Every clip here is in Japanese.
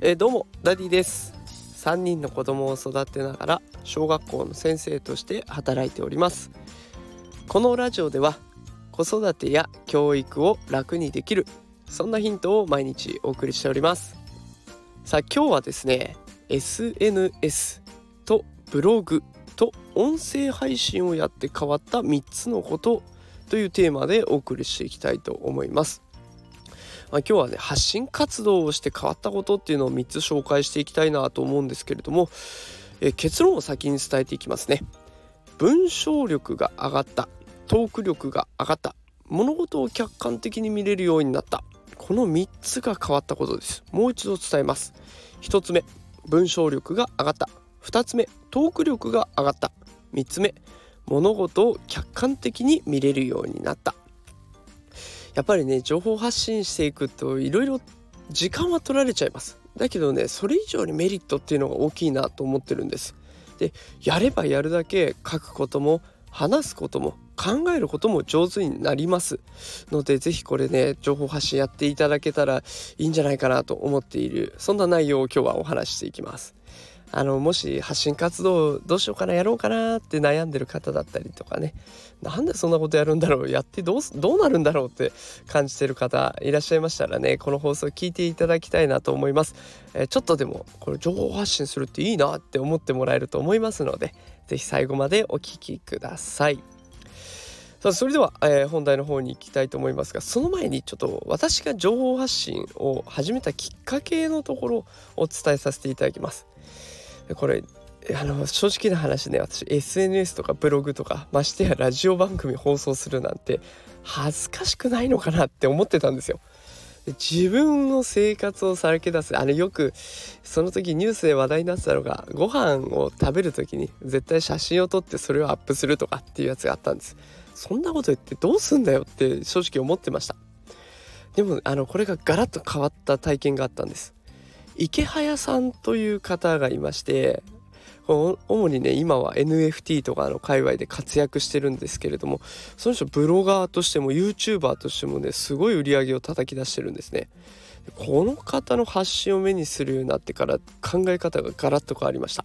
どうもダディです。3人の子供を育てながら小学校の先生として働いております。このラジオでは子育てや教育を楽にできる、そんなヒントを毎日お送りしております。さあ今日はですね、 SNS とブログと音声配信をやって変わった3つのことというテーマでお送りしていきたいと思います。今日はね、発信活動をして変わったことっていうのを3つ紹介していきたいなと思うんですけれども、結論を先に伝えていきますね。文章力が上がった、トーク力が上がった、物事を客観的に見れるようになった、この3つが変わったことです。もう一度伝えます。1つ目、文章力が上がった。2つ目、トーク力が上がった。3つ目、物事を客観的に見れるようになった。やっぱりね、情報発信していくといろいろ時間は取られちゃいます。だけどね、それ以上にメリットっていうのが大きいなと思ってるんです。で、やればやるだけ書くことも話すことも考えることも上手になりますので、ぜひこれね、情報発信やっていただけたらいいんじゃないかなと思っている、そんな内容を今日はお話ししていきます。もし発信活動どうしようかな、やろうかなって悩んでる方だったりとかね、なんでそんなことやるんだろう、やってどうなるんだろうって感じてる方いらっしゃいましたらね、この放送を聞いていただきたいなと思います。ちょっとでもこれ情報発信するっていいなって思ってもらえると思いますので、ぜひ最後までお聞きください。さあそれでは、本題の方に行きたいと思いますが、その前にちょっと私が情報発信を始めたきっかけのところをお伝えさせていただきます。これ正直な話ね、私 SNS とかブログとか、ましてやラジオ番組放送するなんて恥ずかしくないのかなって思ってたんですよ。で、自分の生活をさらけ出す、よくその時ニュースで話題になってたのが、ご飯を食べる時に絶対写真を撮ってそれをアップするとかっていうやつがあったんです。そんなこと言ってどうすんだよって正直思ってました。でもこれがガラッと変わった体験があったんです。池早さんという方がいまして、主にね今は NFT とかの界隈で活躍してるんですけれども、その人ブロガーとしても YouTuber としてもね、すごい売り上げを叩き出してるんですね。この方の発信を目にするようになってから考え方がガラッと変わりました。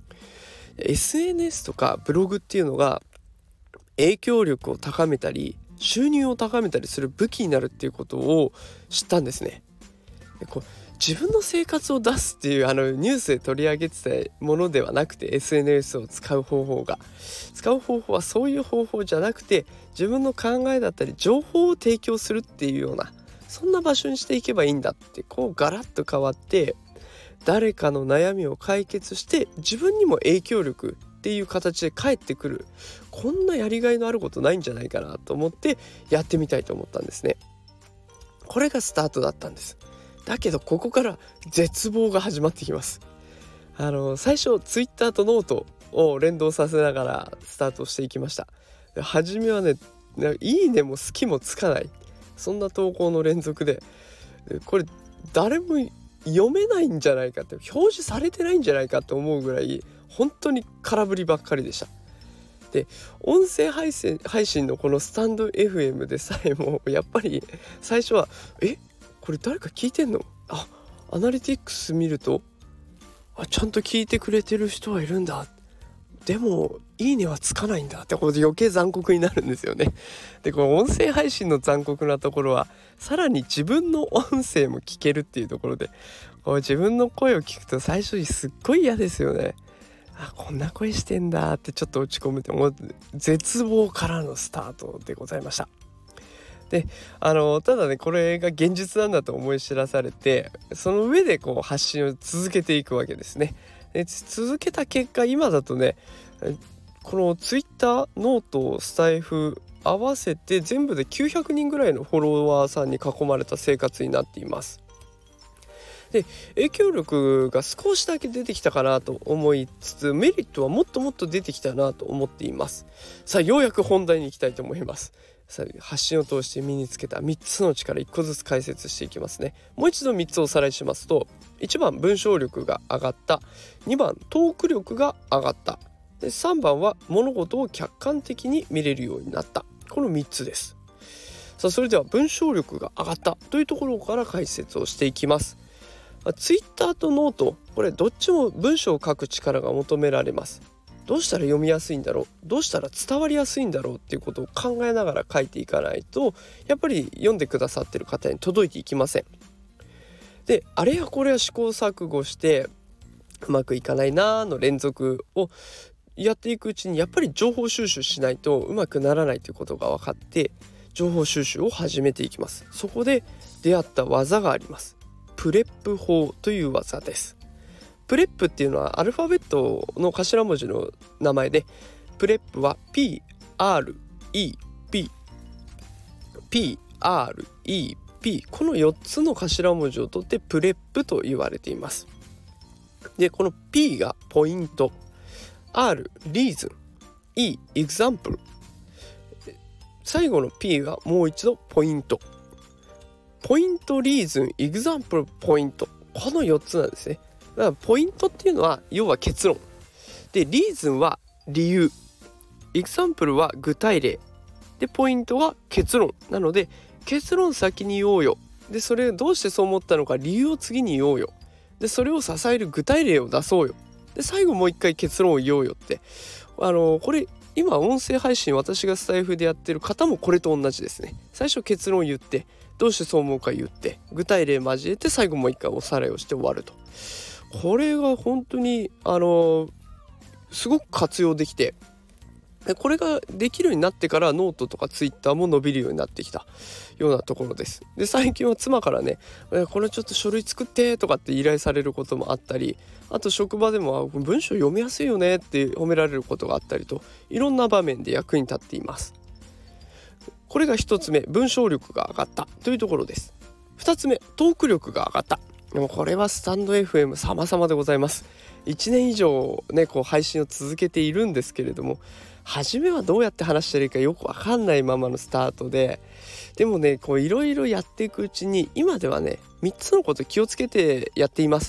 SNS とかブログっていうのが影響力を高めたり収入を高めたりする武器になるっていうことを知ったんですね。自分の生活を出すっていうニュースで取り上げてたものではなくて、 SNS を使う方法はそういう方法じゃなくて、自分の考えだったり情報を提供するっていうような、そんな場所にしていけばいいんだって、ガラッと変わって、誰かの悩みを解決して自分にも影響力っていう形で返ってくる、こんなやりがいのあることないんじゃないかなと思ってやってみたいと思ったんですね。これがスタートだったんです。だけどここから絶望が始まってきます。最初ツイッターとノートを連動させながらスタートしていきました。初めはね、いいねも好きもつかない、そんな投稿の連続で、これ誰も読めないんじゃないかって、表示されてないんじゃないかと思うぐらい本当に空振りばっかりでした。で、音声配信のこのスタンド FM でさえもやっぱり最初はこれ誰か聞いてんの？アナリティクス見るとちゃんと聞いてくれてる人はいるんだ、でもいいねはつかないんだって、これ余計残酷になるんですよね。で、この音声配信の残酷なところは、さらに自分の音声も聞けるっていうところで、自分の声を聞くと最初にすっごい嫌ですよね。こんな声してんだってちょっと落ち込む、もう絶望からのスタートでございました。で、ただね、これが現実なんだと思い知らされて、その上で発信を続けていくわけですね。で、続けた結果、今だとね、このツイッター、ノート、スタイフ合わせて全部で900人ぐらいのフォロワーさんに囲まれた生活になっています。で、影響力が少しだけ出てきたかなと思いつつ、メリットはもっともっと出てきたなと思っています。さあ、ようやく本題に行きたいと思います。発信を通して身につけた3つの力、1個ずつ解説していきますね。もう一度3つおさらいしますと、1番文章力が上がった、2番トーク力が上がった、で3番は物事を客観的に見れるようになった、この3つです。さあそれでは文章力が上がったというところから解説をしていきます。 ツイッターとノート、これどっちも文章を書く力が求められます。どうしたら読みやすいんだろう、どうしたら伝わりやすいんだろうっていうことを考えながら書いていかないと、やっぱり読んでくださってる方に届いていきません。で、あれやこれや試行錯誤してうまくいかないなーの連続をやっていくうちに、やっぱり情報収集しないとうまくならないということが分かって、情報収集を始めていきます。そこで出会った技があります。プレップ法という技です。プレップっていうのはアルファベットの頭文字の名前で、プレップは PREP、PREP、この4つの頭文字を取ってプレップと言われています。で、この P がポイント、R リーズン、E エグザンプル、最後の P がもう一度ポイント、ポイント、リーズン、エグザンプル、ポイント、この4つなんですね。だからポイントっていうのは要は結論で、リーズンは理由、エグザンプルは具体例で、ポイントは結論なので、結論先に言おうよ、でそれどうしてそう思ったのか理由を次に言おうよ、でそれを支える具体例を出そうよ、で最後もう一回結論を言おうよって、これ今音声配信私がスタイフでやってる方もこれと同じですね。最初結論を言って、どうしてそう思うか言って、具体例交えて最後もう一回おさらいをして終わると。これが本当にすごく活用できて、これができるようになってからノートとかツイッターも伸びるようになってきたようなところです。で、最近は妻からね、これちょっと書類作ってとかって依頼されることもあったり、あと職場でも文章読みやすいよねって褒められることがあったりと、いろんな場面で役に立っています。これが一つ目、文章力が上がったというところです。二つ目、トーク力が上がった。でもこれはスタンド FM 様々でございます。1年以上ね配信を続けているんですけれども、初めはどうやって話したらいいかよくわかんないままのスタートで、でもねいろいろやっていくうちに、今ではね3つのこと気をつけてやっています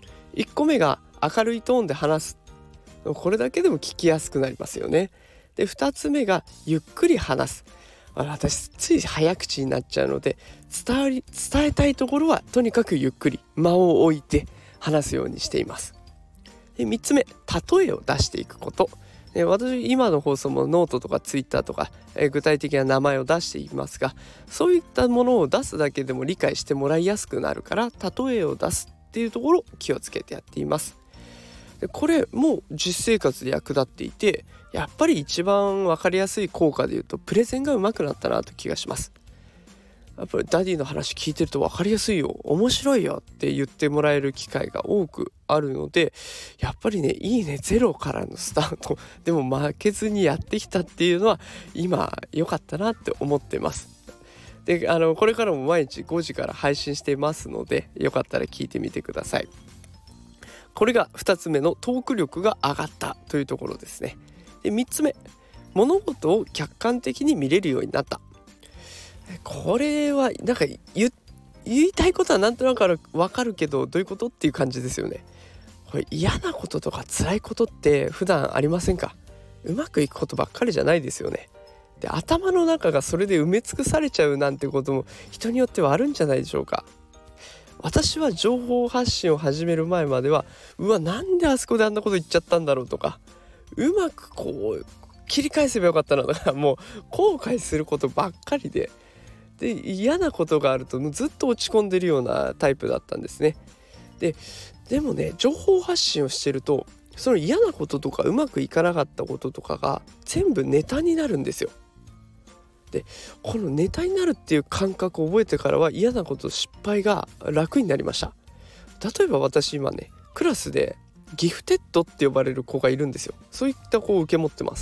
。1個目が明るいトーンで話す。これだけでも聞きやすくなりますよね。で、2つ目がゆっくり話す。私つい早口になっちゃうので、伝えたいところはとにかくゆっくり間を置いて話すようにしています。で、3つ目、例えを出していくこと。私今の放送もノートとかツイッターとか、具体的な名前を出していますが、そういったものを出すだけでも理解してもらいやすくなるから、例えを出すっていうところを気をつけてやっています。で、これも実生活で役立っていて、やっぱり一番分かりやすい効果でいうと、プレゼンが上手くなったなと気がします。やっぱりダディの話聞いてると分かりやすいよ、面白いよって言ってもらえる機会が多くあるので、やっぱりね、いいねゼロからのスタートでも負けずにやってきたっていうのは今良かったなって思ってます。で、これからも毎日5時から配信していますので、よかったら聞いてみてください。これが2つ目のトーク力が上がったというところですね。で、3つ目、物事を客観的に見れるようになった。これはなんか言いたいことはなんとなく分かるけど、どういうことっていう感じですよね。これ嫌なこととか辛いことって普段ありませんか？うまくいくことばっかりじゃないですよね。で、頭の中がそれで埋め尽くされちゃうなんてことも人によってはあるんじゃないでしょうか。私は情報発信を始める前までは、なんであそこであんなこと言っちゃったんだろうとか、うまく切り返せばよかったなとか、もう後悔することばっかりで、嫌なことがあるとずっと落ち込んでるようなタイプだったんですね。でもね、情報発信をしてると、その嫌なこととかうまくいかなかったこととかが全部ネタになるんですよ。で、このネタになるっていう感覚を覚えてからは、嫌なこと失敗が楽になりました。例えば私今ね、クラスでギフテッドって呼ばれる子がいるんですよ。そういった子を受け持ってます。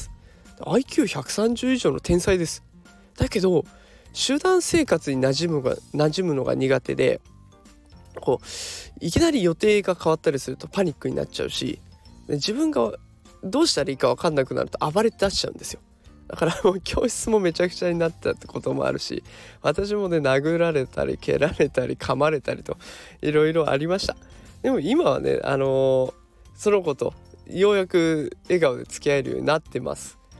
IQ130 以上の天才です。だけど集団生活に馴染むのが苦手で、いきなり予定が変わったりするとパニックになっちゃうし、自分がどうしたらいいか分かんなくなると暴れ出しちゃうんですよ。だからもう教室もめちゃくちゃになったってこともあるし、私もね、殴られたり蹴られたり噛まれたりといろいろありました。でも今はね、その子とようやく笑顔で付き合えるようになってます。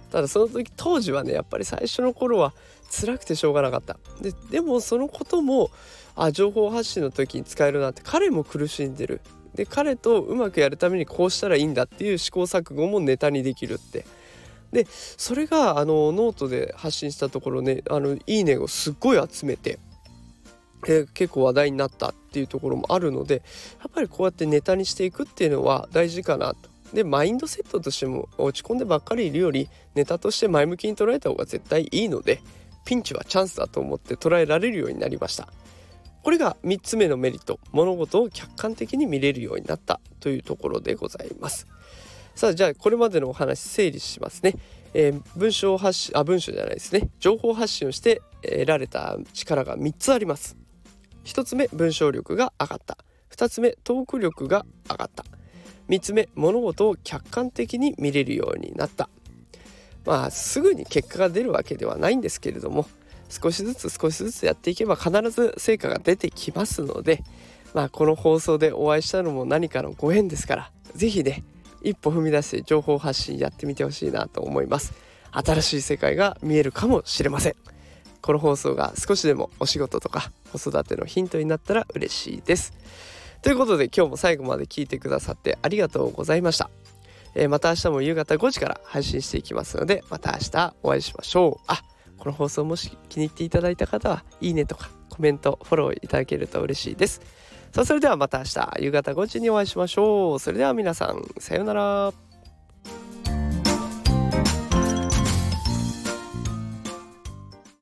ただその時当時はねやっぱり最初の頃は辛くてしょうがなかった。でもそのことも情報発信の時に使えるなって、彼も苦しんでる、で彼とうまくやるためにこうしたらいいんだっていう試行錯誤もネタにできるって。でそれがノートで発信したところね、いいねをすっごい集めて、結構話題になったっていうところもあるので、やっぱりこうやってネタにしていくっていうのは大事かなと。でマインドセットとしても落ち込んでばっかりいるよりネタとして前向きに捉えた方が絶対いいので、ピンチはチャンスだと思って捉えられるようになりました。これが3つ目のメリット、物事を客観的に見れるようになったというところでございます。さあじゃあこれまでのお話整理しますね。文章じゃないですね、情報発信をして得られた力が3つあります。1つ目、文章力が上がった。2つ目、トーク力が上がった。3つ目、物事を客観的に見れるようになった。すぐに結果が出るわけではないんですけれども、少しずつやっていけば必ず成果が出てきますので、この放送でお会いしたのも何かのご縁ですから、ぜひね一歩踏み出して情報発信やってみてほしいなと思います。新しい世界が見えるかもしれません。この放送が少しでもお仕事とか子育てのヒントになったら嬉しいです。ということで今日も最後まで聞いてくださってありがとうございました。また明日も夕方5時から配信していきますので、また明日お会いしましょう。この放送もし気に入っていただいた方はいいねとかコメントフォローいただけると嬉しいです。それではまた明日夕方5時にお会いしましょう。それでは皆さんさようなら。